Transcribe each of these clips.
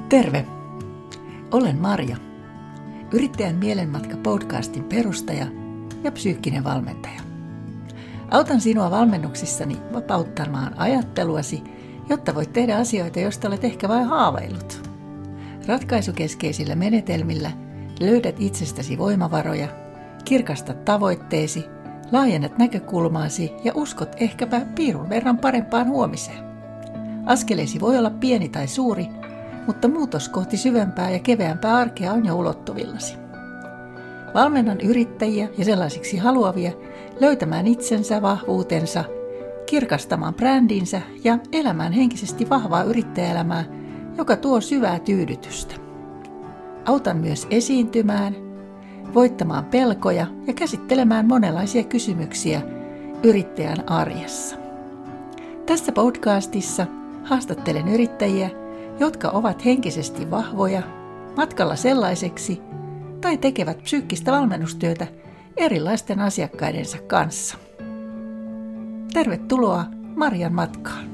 Terve! Olen Marja, Yrittäjän mielenmatka podcastin perustaja ja psyykkinen valmentaja. Autan sinua valmennuksissani vapauttamaan ajatteluasi, jotta voit tehdä asioita, joista olet ehkä vain haaveillut. Ratkaisukeskeisillä menetelmillä löydät itsestäsi voimavaroja, kirkastat tavoitteesi, laajennat näkökulmaasi ja uskot ehkäpä piirun verran parempaan huomiseen. Askeleesi voi olla pieni tai suuri, mutta muutos kohti syvempää ja keveämpää arkea on jo ulottuvillasi. Valmennan yrittäjiä ja sellaisiksi haluavia löytämään itsensä, vahvuutensa, kirkastamaan brändinsä ja elämään henkisesti vahvaa yrittäjäelämää, joka tuo syvää tyydytystä. Autan myös esiintymään, voittamaan pelkoja ja käsittelemään monenlaisia kysymyksiä yrittäjän arjessa. Tässä podcastissa haastattelen yrittäjiä, jotka ovat henkisesti vahvoja, matkalla sellaiseksi tai tekevät psyykkistä valmennustyötä erilaisten asiakkaidensa kanssa. Tervetuloa Marjan matkaan!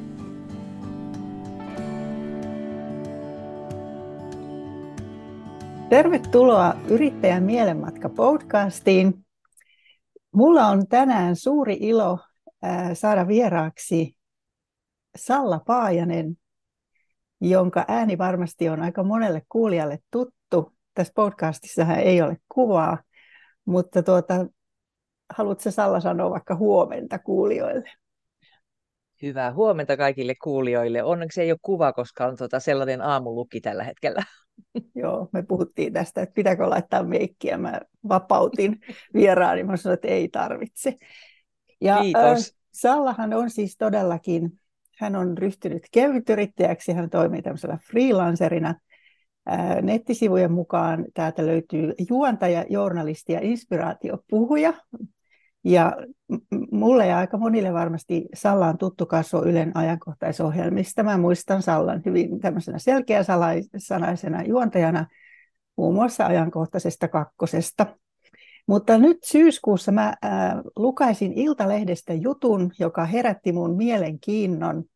Tervetuloa Yrittäjän mielenmatka podcastiin. Mulla on tänään suuri ilo saada vieraaksi Salla Paajanen, jonka ääni varmasti on aika monelle kuulijalle tuttu. Tässä podcastissahan ei ole kuvaa, mutta haluatko Salla sanoa vaikka huomenta kuulijoille? Hyvää huomenta kaikille kuulijoille. Onneksi ei ole kuva, koska on sellainen aamulukki tällä hetkellä. Joo, me puhuttiin tästä, että pitääkö laittaa meikkiä. Mä vapautin vieraani, mä sanoin, että ei tarvitse. Ja Kiitos. Sallahan on siis todellakin, hän on ryhtynyt kevytyrittäjäksi, hän toimii tämmöisellä freelancerina. Nettisivujen mukaan täältä löytyy juontaja, journalisti ja inspiraatiopuhuja. Ja mulle ja aika monille varmasti Salla on tuttu kasvo Ylen ajankohtaisohjelmista. Mä muistan Sallan hyvin tämmöisenä selkeäsanaisena juontajana, muun muassa Ajankohtaisesta kakkosesta. Mutta nyt syyskuussa mä lukaisin Iltalehdestä jutun, joka herätti mun mielenkiinnon.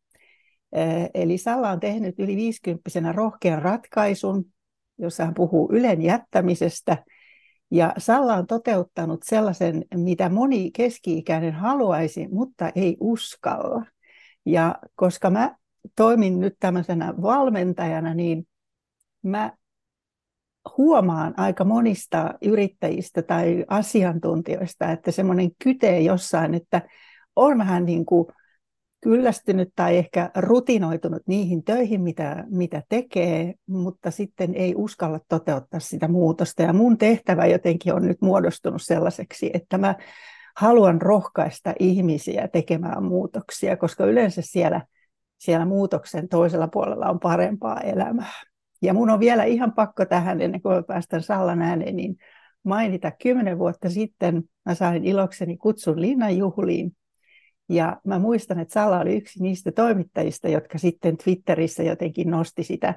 Eli Salla on tehnyt yli 50-vuotiaana rohkean ratkaisun, jossa hän puhuu Ylen jättämisestä. Ja Salla on toteuttanut sellaisen, mitä moni keski-ikäinen haluaisi, mutta ei uskalla. Ja koska mä toimin nyt tämmöisenä valmentajana, niin mä huomaan aika monista yrittäjistä tai asiantuntijoista, että semmoinen kytee jossain, että on vähän niin kuin kyllästynyt tai ehkä rutinoitunut niihin töihin, mitä tekee, mutta sitten ei uskalla toteuttaa sitä muutosta. Ja mun tehtävä jotenkin on nyt muodostunut sellaiseksi, että mä haluan rohkaista ihmisiä tekemään muutoksia, koska yleensä siellä muutoksen toisella puolella on parempaa elämää. Ja mun on vielä ihan pakko tähän, ennen kuin päästän Sallan ääneen, niin mainita 10 vuotta sitten mä sain ilokseni kutsun Linnanjuhliin. Ja mä muistan, että Salla oli yksi niistä toimittajista, jotka sitten Twitterissä jotenkin nosti sitä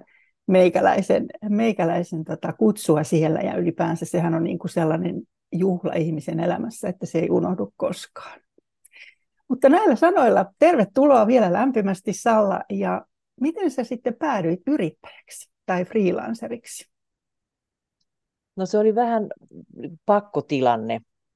meikäläisen kutsua siellä. Ja ylipäänsä sehän on niin kuin sellainen juhla ihmisen elämässä, että se ei unohdu koskaan. Mutta näillä sanoilla tervetuloa vielä lämpimästi Salla. Ja miten sä sitten päädyit yrittäjäksi tai freelanceriksi? No se oli vähän pakkotilanne.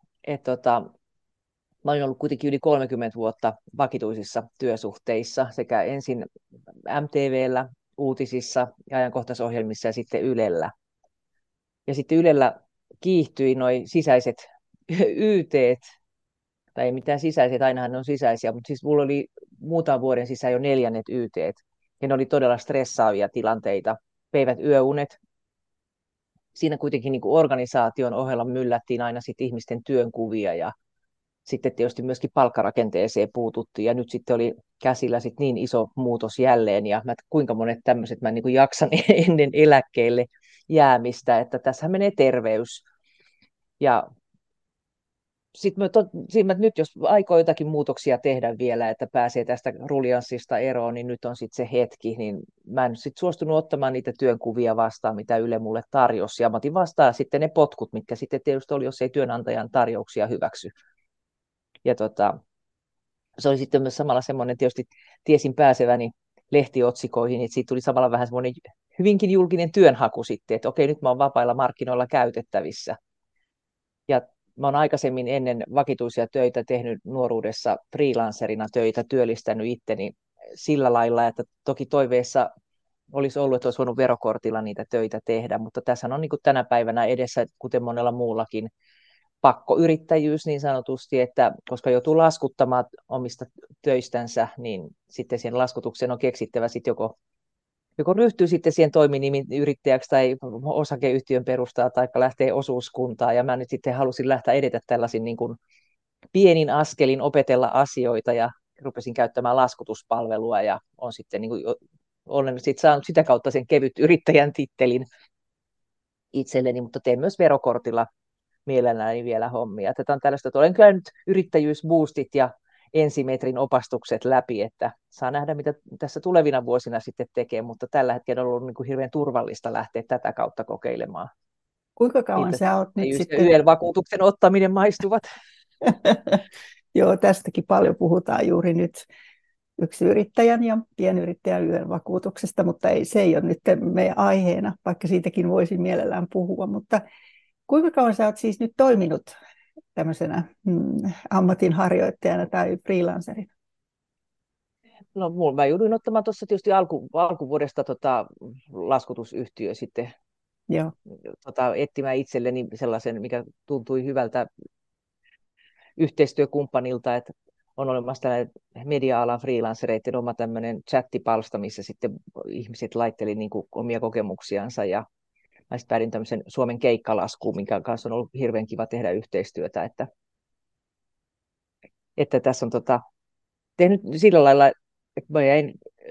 Mä olen ollut kuitenkin yli 30 vuotta vakituisissa työsuhteissa sekä ensin MTV:llä, uutisissa ja ajankohtaisohjelmissa ja sitten Ylellä. Ja sitten Ylellä kiihtyi noi sisäiset YT:t, tai ei mitään sisäiset, ainahan ne on sisäisiä, mutta siis mulla oli muutaman vuoden sisään jo 4 YT:t. Ja ne oli todella stressaavia tilanteita, peivät yöunet. Siinä kuitenkin niin kuin organisaation ohella myllättiin aina sit ihmisten työnkuvia ja sitten tietysti myöskin palkkarakenteeseen puututtiin ja nyt sitten oli käsillä sit niin iso muutos jälleen ja kuinka monet tämmöiset mä niin jaksan ennen eläkkeelle jäämistä, että tässä menee terveys. Ja sitten mä nyt jos aikoo jotakin muutoksia tehdä vielä, että pääsee tästä ruljanssista eroon, niin nyt on sitten se hetki, niin mä en sitten suostunut ottamaan niitä työnkuvia vastaan, mitä Yle mulle tarjosi ja mä otin vastaan sitten ne potkut, mitkä sitten tietysti oli, jos ei työnantajan tarjouksia hyväksy. Ja se oli sitten myös samalla semmoinen, tietysti tiesin pääseväni lehtiotsikoihin, että siitä tuli samalla vähän semmoinen hyvinkin julkinen työnhaku sitten, että okei, nyt mä oon vapailla markkinoilla käytettävissä. Ja mä oon aikaisemmin ennen vakituisia töitä tehnyt nuoruudessa freelancerina töitä, työllistänyt itteni sillä lailla, että toki toiveessa olisi ollut, että olisi voinut verokortilla niitä töitä tehdä, mutta tässä on niin kuin tänä päivänä edessä, kuten monella muullakin, pakkoyrittäjyys niin sanotusti, että koska joutuu laskuttamaan omista töistänsä, niin sitten siihen laskutukseen on keksittävä sitten joko ryhtyy sitten siihen toiminimiyrittäjäksi tai osakeyhtiön perustaa tai lähtee osuuskuntaan. Ja mä nyt sitten halusin lähteä edetä tällaisin niin kuin pienin askelin opetella asioita ja rupesin käyttämään laskutuspalvelua ja olen sitten olen sitten saanut sitä kautta sen kevyt yrittäjän tittelin itselleni, mutta teen myös verokortilla mielelläni vielä hommia. Tätä on tällaista, että olen käynyt yrittäjyysboostit ja ensimetrin opastukset läpi, että saa nähdä, mitä tässä tulevina vuosina sitten tekee, mutta tällä hetkellä on ollut niin kuin hirveän turvallista lähteä tätä kautta kokeilemaan. Kuinka kauan sä oot nyt sitten... YEL-vakuutuksen ottaminen maistuvat. Joo, tästäkin paljon puhutaan juuri nyt yksiyrittäjän ja pienyrittäjän YEL-vakuutuksesta, mutta se ei ole nyt meidän aiheena, vaikka siitäkin voisin mielellään puhua. Mutta kuinka kauan sä oot siis nyt toiminut tämmöisenä ammatinharjoittajana tai freelancerina? No, mä jouduin ottamaan tuossa tietysti alkuvuodesta laskutusyhtiö sitten Joo. etsimään itselleni sellaisen, mikä tuntui hyvältä yhteistyökumppanilta, että on olemassa tällainen media-alan freelancereiden oma tämmöinen chattipalsta, missä sitten ihmiset laitteli niin kuin omia kokemuksiansa ja mä sitten päädin tämmöisen Suomen keikkalaskuun, minkä kanssa on ollut hirveän kiva tehdä yhteistyötä, että tässä on tehnyt sillä lailla, että mä jäin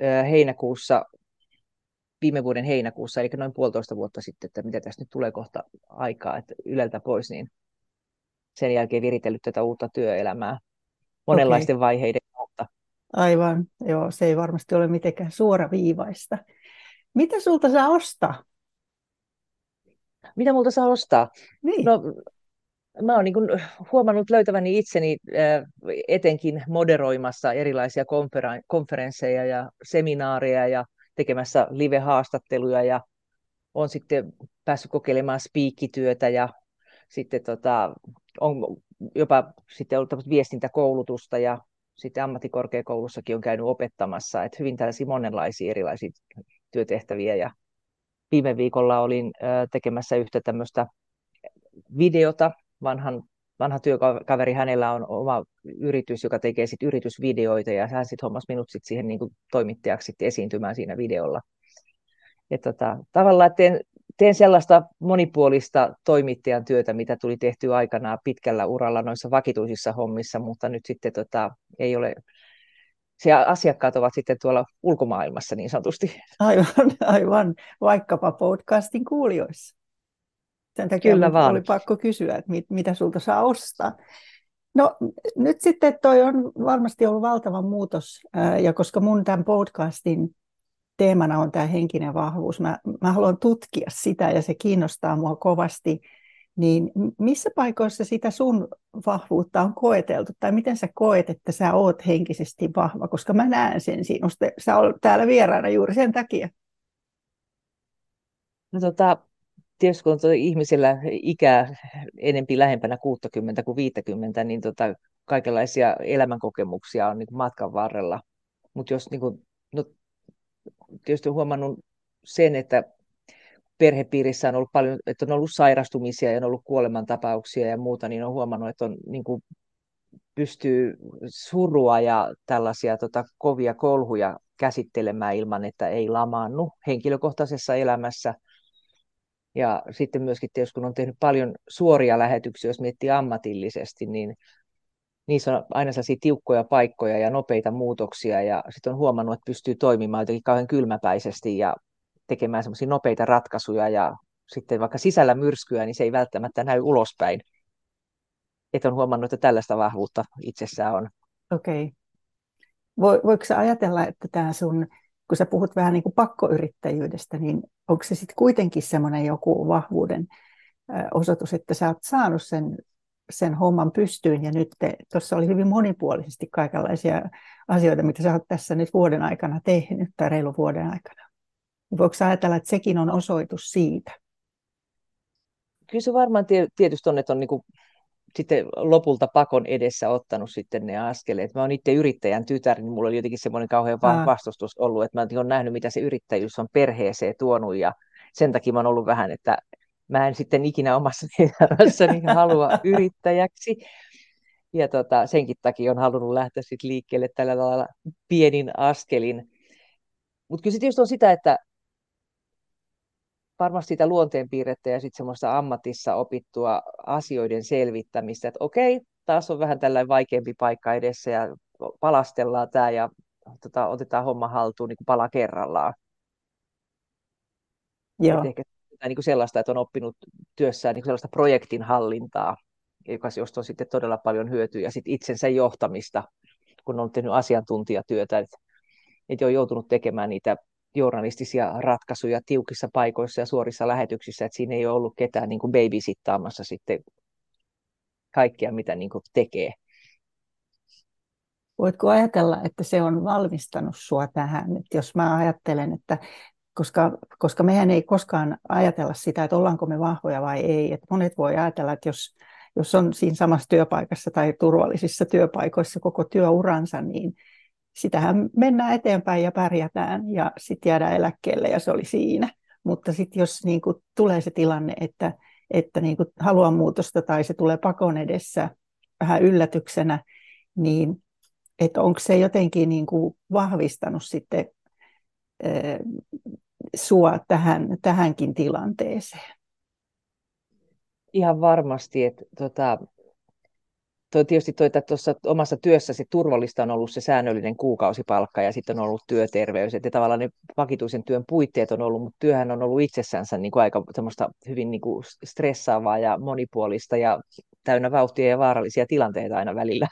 viime vuoden heinäkuussa, eli noin 1,5 vuotta sitten, että mitä tässä nyt tulee kohta aikaa, että Yleltä pois, niin sen jälkeen viritellyt tätä uutta työelämää monenlaisten vaiheiden kautta. Aivan, joo, se ei varmasti ole mitenkään suoraviivaista. Mitä sulta saa ostaa? Mitä multa saa ostaa? Niin. No, mä oon niin kuin huomannut löytäväni itseni etenkin moderoimassa erilaisia konferensseja ja seminaareja ja tekemässä live-haastatteluja ja olen sitten päässyt kokeilemaan spiikkityötä ja sitten on jopa sitten ollut viestintäkoulutusta ja sitten ammattikorkeakoulussakin on käynyt opettamassa, että hyvin tällaisia monenlaisia erilaisia työtehtäviä ja viime viikolla olin tekemässä yhtä tämmöistä videota, vanha työkaveri, hänellä on oma yritys, joka tekee sit yritysvideoita ja hän sitten hommasi minut sit siihen niin kuin toimittajaksi sit esiintymään siinä videolla. Tavallaan teen sellaista monipuolista toimittajan työtä, mitä tuli tehtyä aikanaan pitkällä uralla noissa vakituisissa hommissa, mutta nyt sitten ei ole, se asiakkaat ovat sitten tuolla ulkomaailmassa niin sanotusti. Aivan, vaikkapa podcastin kuulijoissa. Sen takia Kyllä vaan. Oli pakko kysyä, että mitä sulta saa ostaa. No nyt sitten toi on varmasti ollut valtava muutos, ja koska mun tämän podcastin teemana on tämä henkinen vahvuus, mä haluan tutkia sitä ja se kiinnostaa mua kovasti, niin missä paikoissa sitä sun vahvuutta on koeteltu, tai miten sä koet, että sä oot henkisesti vahva, koska mä näen sen sinusta, sä olet täällä vieraana juuri sen takia. No tietysti kun on ihmisellä ikää enempi lähempänä 60 kuin 50, niin kaikenlaisia elämänkokemuksia on niin kuin matkan varrella. Mutta jos niin kuin, tietysti olen huomannut sen, että perhepiirissä on ollut paljon, että on ollut sairastumisia ja on ollut kuolemantapauksia ja muuta, niin on huomannut, että on, niin kuin, pystyy surua ja tällaisia kovia kolhuja käsittelemään ilman, että ei lamaannu henkilökohtaisessa elämässä. Ja sitten myöskin tietysti, kun on tehnyt paljon suoria lähetyksiä, jos miettii ammatillisesti, niin niissä on aina sellaisia tiukkoja paikkoja ja nopeita muutoksia. Ja sitten on huomannut, että pystyy toimimaan jotenkin kauhean kylmäpäisesti ja tekemään semmoisia nopeita ratkaisuja. Ja sitten vaikka sisällä myrskyä, niin se ei välttämättä näy ulospäin. Että on huomannut, että tällaista vahvuutta itsessään on. Okei. Voiko sä ajatella, että tämä sun, kun sä puhut vähän niin kuin pakkoyrittäjyydestä, niin onko se sitten kuitenkin semmoinen joku vahvuuden osoitus, että sä oot saanut sen homman pystyyn, ja nyt tuossa oli hyvin monipuolisesti kaikenlaisia asioita, mitä sä oot tässä nyt vuoden aikana tehnyt, tai reilun vuoden aikana. Voiko ajatella, että sekin on osoitus siitä? Kyllä se varmaan tietysti on, että on niin kuin sitten lopulta pakon edessä ottanut sitten ne askeleet. Mä oon itse yrittäjän tytär, niin mulla oli jotenkin semmoinen kauhean vastustus ollut, että mä oon nähnyt, mitä se yrittäjyys on perheeseen tuonut, ja sen takia mä oon ollut vähän, että mä en sitten ikinä omassa elämässäni halua yrittäjäksi. Ja senkin takia on halunnut lähteä sitten liikkeelle tällä lailla pienin askelin. Mutta kyllä se tietysti on sitä, että varmasti sitä luonteenpiirrettä ja sitten semmoista ammatissa opittua asioiden selvittämistä, että okei, taas on vähän tällainen vaikeampi paikka edessä ja palastellaan tämä ja otetaan homma haltuun niin kuin pala kerrallaan. Joo. Ehkä niin kuin sellaista, että on oppinut työssään niin kuin sellaista projektin hallintaa, josta on sitten todella paljon hyötyä, ja sitten itsensä johtamista, kun on tehnyt asiantuntijatyötä, että on joutunut tekemään niitä journalistisia ratkaisuja tiukissa paikoissa ja suorissa lähetyksissä, että siinä ei ole ollut ketään niin kuin babysittaamassa sitten kaikkea, mitä niin kuin tekee. Voitko ajatella, että se on valmistanut sinua tähän? Että jos mä ajattelen, että koska mehän ei koskaan ajatella sitä, että ollaanko me vahvoja vai ei. Että monet voi ajatella, että jos on siinä samassa työpaikassa tai turvallisissa työpaikoissa koko työuransa, niin sitähän mennään eteenpäin ja pärjätään ja sitten jäädään eläkkeelle ja se oli siinä. Mutta sitten jos niin kuin tulee se tilanne, että niin kuin haluaa muutosta tai se tulee pakon edessä vähän yllätyksenä, niin että onko se jotenkin niin kuin vahvistanut sitten sua tähänkin tilanteeseen? Ihan varmasti, että tietysti että tuossa omassa työssäsi turvallista on ollut se säännöllinen kuukausipalkka ja sitten on ollut työterveys. Että tavallaan ne vakituisen työn puitteet on ollut, mutta työhän on ollut itsessänsä niin kuin aika semmoista hyvin niin kuin stressaavaa ja monipuolista ja täynnä vauhtia ja vaarallisia tilanteita aina välillä.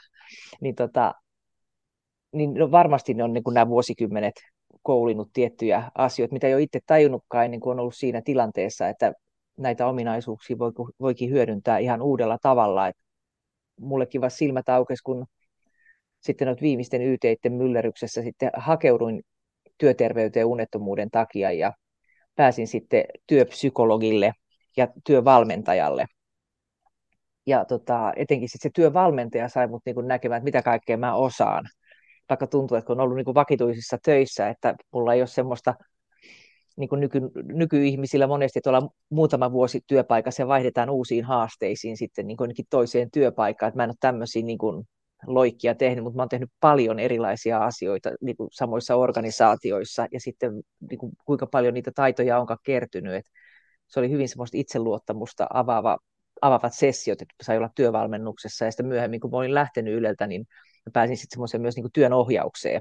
niin varmasti ne on niin kuin nämä vuosikymmenet koulinut tiettyjä asioita, mitä ei ole itse tajunnutkaan ennen kuin on ollut siinä tilanteessa, että näitä ominaisuuksia voikin hyödyntää ihan uudella tavalla. Et mullekin vasta silmät aukesi, kun sitten viimeisten YT:iden myllerryksessä sitten hakeuduin työterveyteen unettomuuden takia ja pääsin sitten työpsykologille ja työvalmentajalle. Ja etenkin sitten se työvalmentaja sai mut niin kuin näkemään, että mitä kaikkea mä osaan. Vaikka tuntuu, että kun on ollut niin kuin vakituisissa töissä, että mulla ei ole semmoista niin kuin nykyihmisillä monesti, että ollaan muutama vuosi työpaikassa ja vaihdetaan uusiin haasteisiin sitten niin kuin toiseen työpaikkaan. Että mä en ole tämmöisiä niin kuin loikkia tehnyt, mutta mä oon tehnyt paljon erilaisia asioita niin kuin samoissa organisaatioissa ja sitten niin kuin kuinka paljon niitä taitoja onkaan kertynyt. Että se oli hyvin semmoista itseluottamusta avaavat sessiot, että sai olla työvalmennuksessa ja sitten myöhemmin, kun mä olin lähtenyt Yleltä, niin mä pääsin sitten semmoiseen myös niin kuin työn ohjaukseen.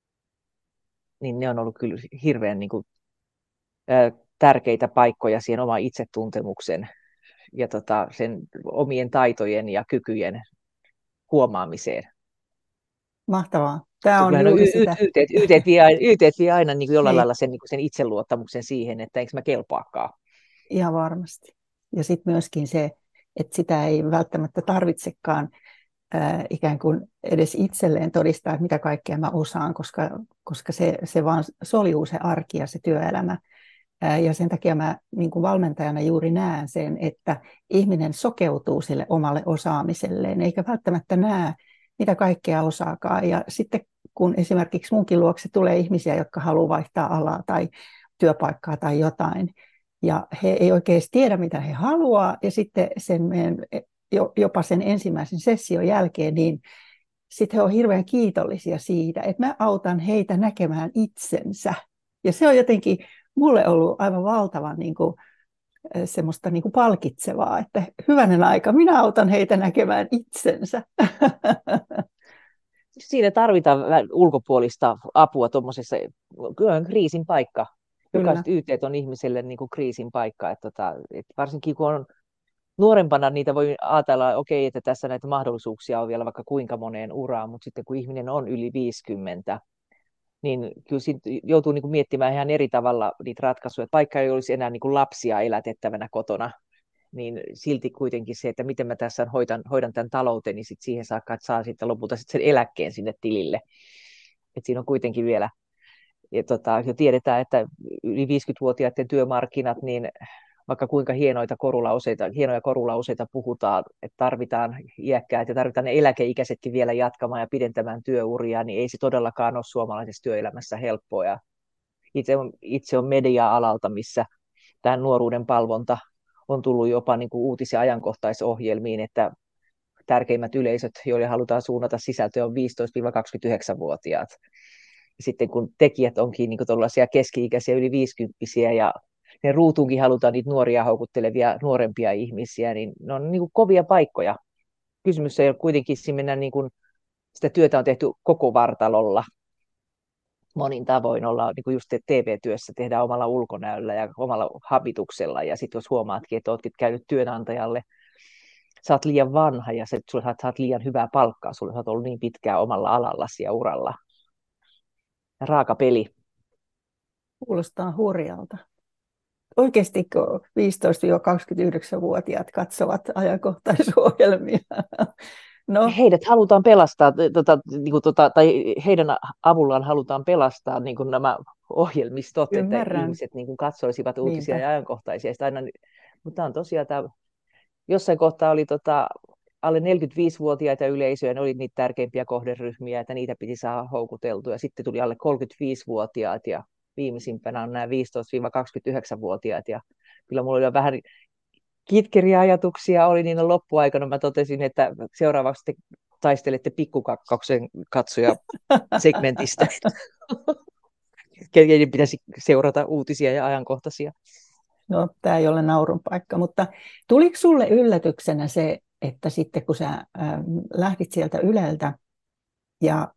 Niin ne on ollut kyllä hirveän niin kuin tärkeitä paikkoja siihen oman itsetuntemuksen ja sen omien taitojen ja kykyjen huomaamiseen. Mahtavaa. Tämä on juuri sitä. YT vie aina niin kuin jollain lailla sen itseluottamuksen siihen, että eikö mä kelpaakaan. Ihan varmasti. Ja sitten myöskin se, että sitä ei välttämättä tarvitsekaan ikään kuin edes itselleen todistaa, että mitä kaikkea mä osaan, koska se vaan soljuu se arki ja se työelämä. Ja sen takia mä niin kuin valmentajana juuri näen sen, että ihminen sokeutuu sille omalle osaamiselleen, eikä välttämättä näe, mitä kaikkea osaakaan. Ja sitten kun esimerkiksi munkin luokse tulee ihmisiä, jotka haluaa vaihtaa alaa tai työpaikkaa tai jotain, ja he ei oikein tiedä, mitä he haluaa, ja sitten jopa sen ensimmäisen session jälkeen, niin sitten he on hirveän kiitollisia siitä, että mä autan heitä näkemään itsensä. Ja se on jotenkin mulle ollut aivan valtavan niin kuin, semmoista niin kuin palkitsevaa, että hyvänen aika, minä autan heitä näkemään itsensä. Siinä tarvitaan ulkopuolista apua tuommoisessa, kyllä on kriisin paikka. Jokaiset YT on ihmiselle niin kuin kriisin paikka. Että varsinkin kun on nuorempana, niitä voi ajatella, okei, että tässä näitä mahdollisuuksia on vielä vaikka kuinka moneen uraan, mutta sitten kun ihminen on yli 50, niin kyllä joutuu niin kuin miettimään ihan eri tavalla niitä ratkaisuja. Että vaikka ei olisi enää niin kuin lapsia elätettävänä kotona, niin silti kuitenkin se, että miten mä tässä hoidan tämän talouteni sit siihen saakka, että saa sitten lopulta sit sen eläkkeen sinne tilille. Et siinä on kuitenkin vielä jo tiedetään, että yli 50-vuotiaiden työmarkkinat, niin vaikka kuinka hienoja korulauseita puhutaan, että tarvitaan iäkkäät ja tarvitaan ne eläkeikäisetkin vielä jatkamaan ja pidentämään työuria, niin ei se todellakaan ole suomalaisessa työelämässä helppoa. Ja itse on media-alalta, missä tämä nuoruuden palvonta on tullut jopa niin kuin uutis- ja ajankohtaisohjelmiin, että tärkeimmät yleisöt, joille halutaan suunnata sisältöä, on 15-29-vuotiaat. Sitten kun tekijät onkin niin kuin keski-ikäisiä, yli 50-vuotiaita, ja ne ruutuunkin halutaan niitä nuoria houkuttelevia nuorempia ihmisiä, niin ne on niin kuin kovia paikkoja. Kysymys ei ole kuitenkin, mennä niin kuin, sitä työtä on tehty koko vartalolla. Monin tavoin ollaan niin kuin just TV-työssä, tehdään omalla ulkonäöllä ja omalla habituksella, ja sitten jos huomaatkin, että oletkin käynyt työnantajalle, sä oot liian vanha ja saat liian hyvää palkkaa, sulla oot ollut niin pitkään omalla alallasi ja uralla. Raaka peli. Kuulostaa hurjalta. Oikeasti 15-29-vuotiaat katsovat ajankohtaisohjelmia? No. Heidät halutaan pelastaa, tai heidän avullaan halutaan pelastaa niin kuin nämä ohjelmistot, Ymmärrän. että ihmiset niin kuin katsoisivat uutisia Niinpä. ja ajankohtaisia. Mutta tämä on tosiaan, jossain kohtaa oli alle 45-vuotiaita yleisöjä, ne oli niitä tärkeimpiä kohderyhmiä, että niitä piti saada houkuteltua. Ja sitten tuli alle 35-vuotiaat ja viimeisimpänä on nämä 15-29-vuotiaat. Ja kyllä mulla oli vähän kitkeriä ajatuksia oli niillä loppuaikana. Mä totesin, että seuraavaksi te taistelette pikkukakkauksen katsoja segmentistä. Keiden pitäisi seurata uutisia ja ajankohtaisia. No, tämä ei ole naurun paikka, mutta tuliko sulle yllätyksenä se, että sitten kun sä lähdit sieltä Yleltä ja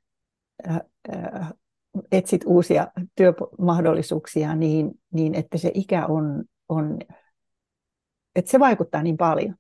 etsit uusia työmahdollisuuksia, niin että se ikä on, että se vaikuttaa niin paljon?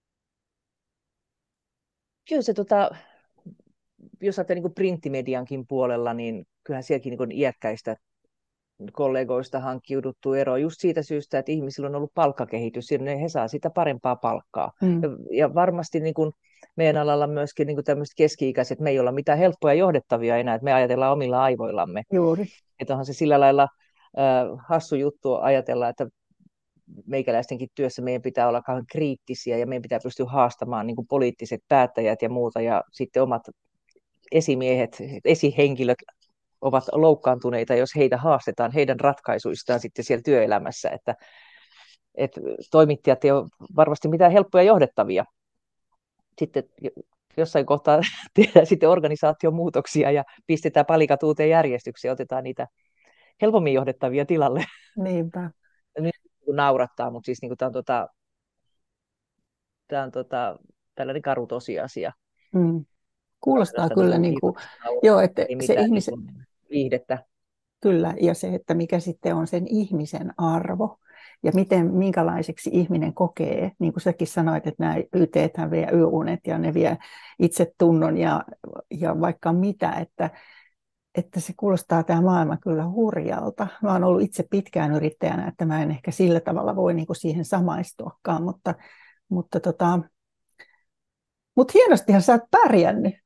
Kyllä se, jos ajattelee niin printtimediankin puolella, niin kyllähän sielläkin niin iäkkäistä kollegoista hankkiuduttu eroon just siitä syystä, että ihmisillä on ollut palkkakehitys, ja he saa sitä parempaa palkkaa. Ja varmasti niin kuin meidän alalla myöskin niin kuin tämmöiset keski-ikäiset, me ei olla mitään helppoja johdettavia enää, että me ajatellaan omilla aivoillamme. Juuri. Että onhan se sillä lailla hassu juttu ajatella, että meikäläistenkin työssä meidän pitää olla kauhean kriittisiä ja meidän pitää pystyä haastamaan niin kuin poliittiset päättäjät ja muuta, ja sitten omat esimiehet, esihenkilöt ovat loukkaantuneita, jos heitä haastetaan heidän ratkaisuistaan sitten siellä työelämässä, että toimittajat ei ole varmasti mitään helppoja johdettavia. Sitten jossain kohtaa tehdään sitten organisaation muutoksia ja pistetään palikat uuteen järjestykseen ja otetaan niitä helpommin johdettavia tilalle. Niinpä. Nyt naurattaa, mutta siis niin tämä on tällainen karu tosiasia. Kuulostaa kyllä niin kuin, joo, että se ihmisen viihdettä. Kyllä, ja se, että mikä sitten on sen ihmisen arvo ja minkälaiseksi ihminen kokee, niin kuin säkin sanoit, että nämä YT:thän vie yöunet ja ne vie itsetunnon ja vaikka mitä, että se kuulostaa tämä maailma kyllä hurjalta. Mä oon ollut itse pitkään yrittäjänä, että mä en ehkä sillä tavalla voi niin kuin siihen samaistuakaan, mutta hienostihan sä oot pärjännyt.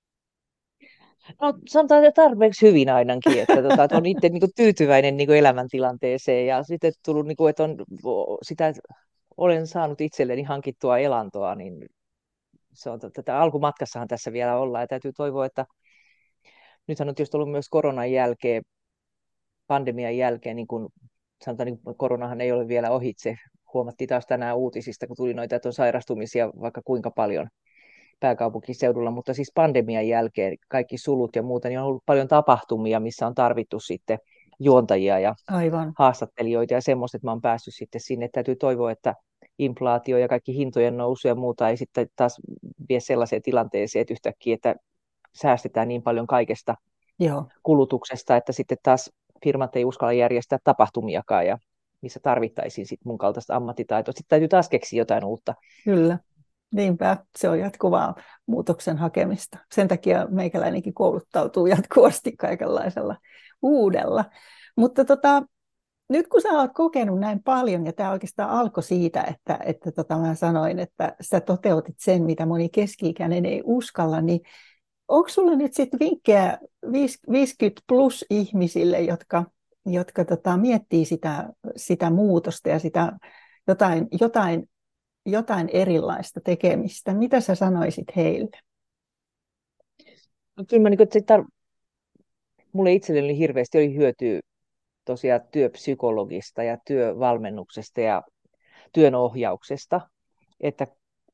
No sanotaan, että tarpeeksi hyvin ainakin, että on itse niin tyytyväinen niin elämäntilanteeseen ja sitten tullut, niin kuin, että olen saanut itselleni hankittua elantoa, niin se on tätä alkumatkassahan tässä vielä ollaan ja täytyy toivoa, että nythän on tietysti ollut myös koronan jälkeen, pandemian jälkeen, niin kuin sanotaan, niin koronahan ei ole vielä ohitse. Huomattiin taas tänään uutisista, kun tuli noita, että on sairastumisia vaikka kuinka paljon pääkaupunkiseudulla, mutta siis pandemian jälkeen kaikki sulut ja muuta, niin on ollut paljon tapahtumia, missä on tarvittu sitten juontajia ja haastattelijoita ja semmoista, että mä oon päässyt sitten sinne. Täytyy toivoa, että inflaatio ja kaikki hintojen nousu ja muuta ei sitten taas vie sellaiseen tilanteeseen, että yhtäkkiä, että säästetään niin paljon kaikesta kulutuksesta, että sitten taas firmat ei uskalla järjestää tapahtumiakaan ja missä tarvittaisiin sitten mun kaltaista ammattitaitoa. Sitten täytyy taas keksiä jotain uutta. Kyllä. Niinpä, se on jatkuvaa muutoksen hakemista. Sen takia meikäläinenkin kouluttautuu jatkuvasti kaikenlaisella uudella. Mutta nyt kun sä oot kokenut näin paljon, ja tämä oikeastaan alkoi siitä, että mä sanoin, että sä toteutit sen, mitä moni keski-ikäinen ei uskalla, niin Onko sulla nyt sitten vinkkejä 50 plus ihmisille, jotka miettii sitä muutosta ja sitä jotain, jotain, jotain erilaista tekemistä? Mitä sä sanoisit heille? No, kyllä mä, niin kuin, että mulle itselleni hirveästi oli hyötyä tosiaan työpsykologista ja työvalmennuksesta ja työnohjauksesta, että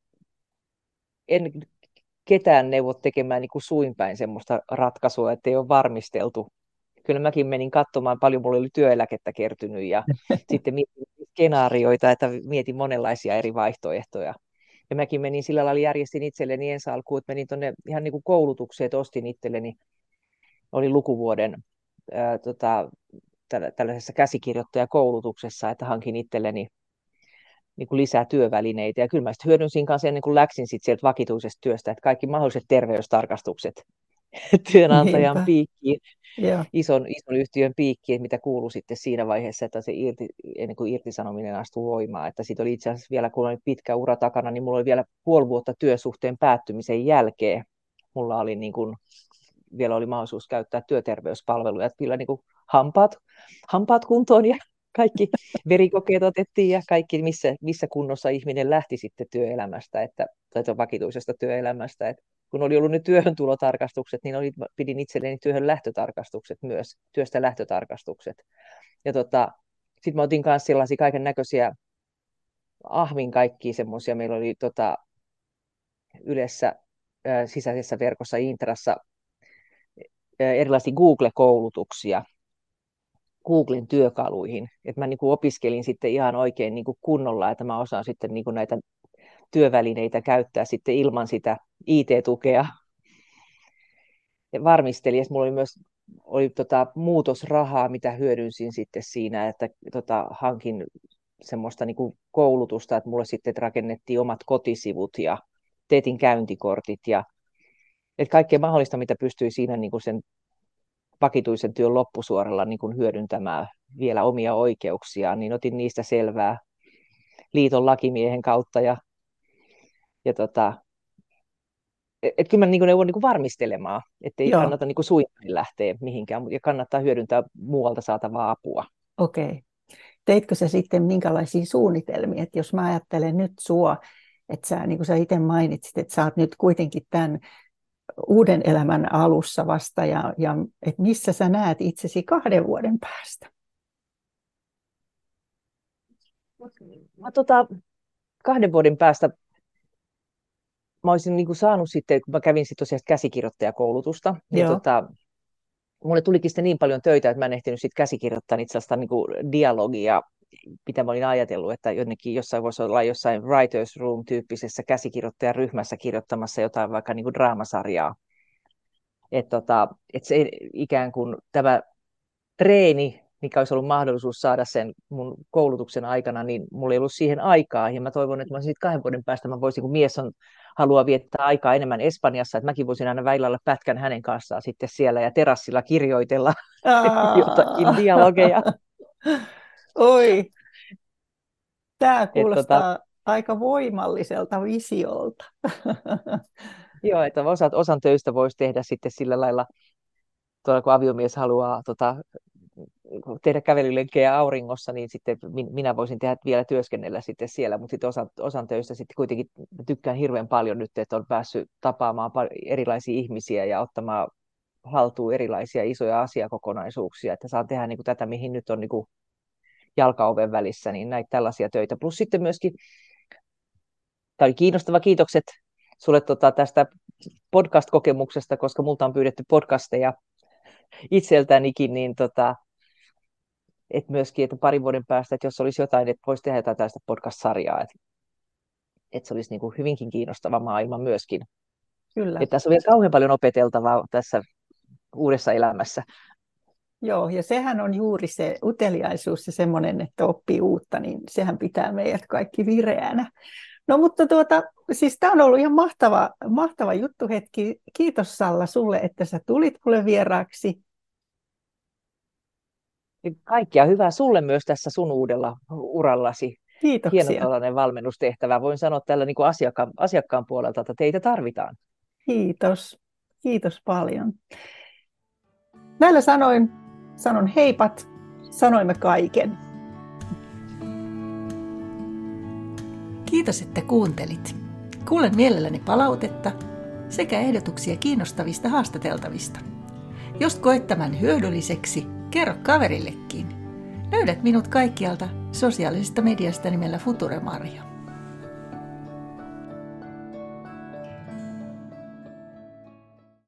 en ketään neuvo tekemään niin kuin suinpäin semmoista ratkaisua, että ei ole varmisteltu. Kyllä mäkin menin katsomaan, paljon mulla oli työeläkettä kertynyt ja sitten mietin skenaarioita, että mietin monenlaisia eri vaihtoehtoja. Ja mäkin menin sillä lailla, järjestin itselleni ensi alkuun, että menin tuonne ihan niin kuin koulutukseen, että ostin itselleni, oli lukuvuoden tällaisessa käsikirjoittajakoulutuksessa, että hankin itselleni niin kuin lisää työvälineitä. Ja kyllä mä sitten hyödynsin kanssa ennen kuin läksin sit sieltä vakituisesta työstä, että kaikki mahdolliset terveystarkastukset työnantajan Niinpä, piikkiin, joo. ison yhtiön piikkiin, mitä kuului sitten siinä vaiheessa, että se ennen kuin irtisanominen astui voimaan. Että siitä oli itse asiassa vielä, kun oli pitkä ura takana, niin mulla oli vielä 5,5 vuotta työsuhteen päättymisen jälkeen. Mulla oli niin kuin, vielä oli mahdollisuus käyttää työterveyspalveluja, että kyllä niin kuin hampaat kuntoon ja kaikki verikokeet otettiin ja kaikki, missä kunnossa ihminen lähti sitten työelämästä, tai vakituisesta työelämästä. Että kun oli ollut nyt työhön tulotarkastukset, niin pidin itselleni työhön lähtötarkastukset myös, työstä lähtötarkastukset. Ja sitten mä otin myös sellaisia kaiken näköisiä ahmin kaikkia semmoisia. Meillä oli Ylessä sisäisessä verkossa Intrassa erilaisia Google-koulutuksia Googlen työkaluihin. Että mä niin kuin opiskelin sitten ihan oikein niin kuin kunnolla, että mä osaan sitten niin kuin näitä työvälineitä käyttää sitten ilman sitä IT-tukea. Ja varmistelin, että mulla oli myös muutosrahaa, mitä hyödynsin sitten siinä, että hankin semmoista niin kuin koulutusta, että mulle sitten rakennettiin omat kotisivut ja teetin käyntikortit ja että kaikkea mahdollista, mitä pystyi siinä niin kuin sen vakituisen työn loppusuoralla niin kuin hyödyntämään vielä omia oikeuksiaan, niin otin niistä selvää liiton lakimiehen kautta kyllä mä neuvon varmistelemaan, ettei Joo, kannata suinpäin lähteä mihinkään ja kannattaa hyödyntää muualta saatavaa apua. okei. Teitkö sä sitten minkälaisia suunnitelmia, että jos mä ajattelen nyt sua, että sä, niin kuin sä itse mainitsit, että sä oot nyt kuitenkin tämän uuden elämän alussa vasta, ja että missä sä näet itsesi 2 vuoden päästä? Mä 2 vuoden päästä mä olisin saanut sitten, kun mä kävin sitten tosiaan käsikirjoittajakoulutusta, niin Joo, mulle tulikin sitten niin paljon töitä, että mä en ehtinyt sitten käsikirjoittaa itse asiassa dialogia, mitä mä olin ajatellut, että jonnekin jossain voisi olla jossain writers room-tyyppisessä käsikirjoittajaryhmässä kirjoittamassa jotain vaikka draamasarjaa. Että se ikään kuin tämä treeni, mikä olisi ollut mahdollisuus saada sen mun koulutuksen aikana, niin mulla ei ollut siihen aikaa. Ja mä toivon, että mä sitten 2 vuoden päästä mä voisin, kun mies haluaa viettää aikaa enemmän Espanjassa, että mäkin voisin aina välillä olla pätkän hänen kanssaan sitten siellä ja terassilla kirjoitella jotakin dialogeja. oi, tämä Et, kuulostaa aika voimalliselta visiolta. joo, että osan töistä voisi tehdä sitten sillä lailla, kun aviomies haluaa tehdä kävelylenkkejä auringossa, niin sitten minä voisin tehdä vielä työskennellä sitten siellä, mutta sitten osan töistä sitten kuitenkin tykkään hirveän paljon nyt, että on päässyt tapaamaan erilaisia ihmisiä ja ottamaan haltuun erilaisia isoja asiakokonaisuuksia, että saan tehdä tätä, mihin nyt on jalkaoven välissä, niin näitä tällaisia töitä. Plus sitten myöskin, tämä oli kiinnostava, kiitokset sulle tästä podcast-kokemuksesta, koska multa on pyydetty podcasteja itseltänikin, niin että myöskin, että 2 vuoden päästä, että jos olisi jotain, että voisi tehdä jotain tällaista podcast-sarjaa, että se olisi hyvinkin kiinnostava maailma myöskin. Kyllä. Että tässä on vielä kauhean paljon opeteltavaa tässä uudessa elämässä. Joo, ja sehän on juuri se uteliaisuus ja semmoinen, että oppii uutta, niin sehän pitää meidät kaikki vireänä. No mutta siis tämä on ollut ihan mahtava juttuhetki. Kiitos Salla sulle, että sä tulit mulle vieraaksi. Kaikkia hyvää sulle myös tässä sun uudella urallasi. Hieno Kiitoksia. tällainen valmennustehtävä. Voin sanoa tällä asiakkaan puolelta, että teitä tarvitaan. Kiitos. Kiitos paljon. Näillä sanoin sanon heipat, sanoimme kaiken. Kiitos, että kuuntelit. Kuulen mielelläni palautetta sekä ehdotuksia kiinnostavista haastateltavista. Jos koet tämän hyödylliseksi, kerro kaverillekin. Löydät minut kaikkialta sosiaalisesta mediasta nimellä Future Marja.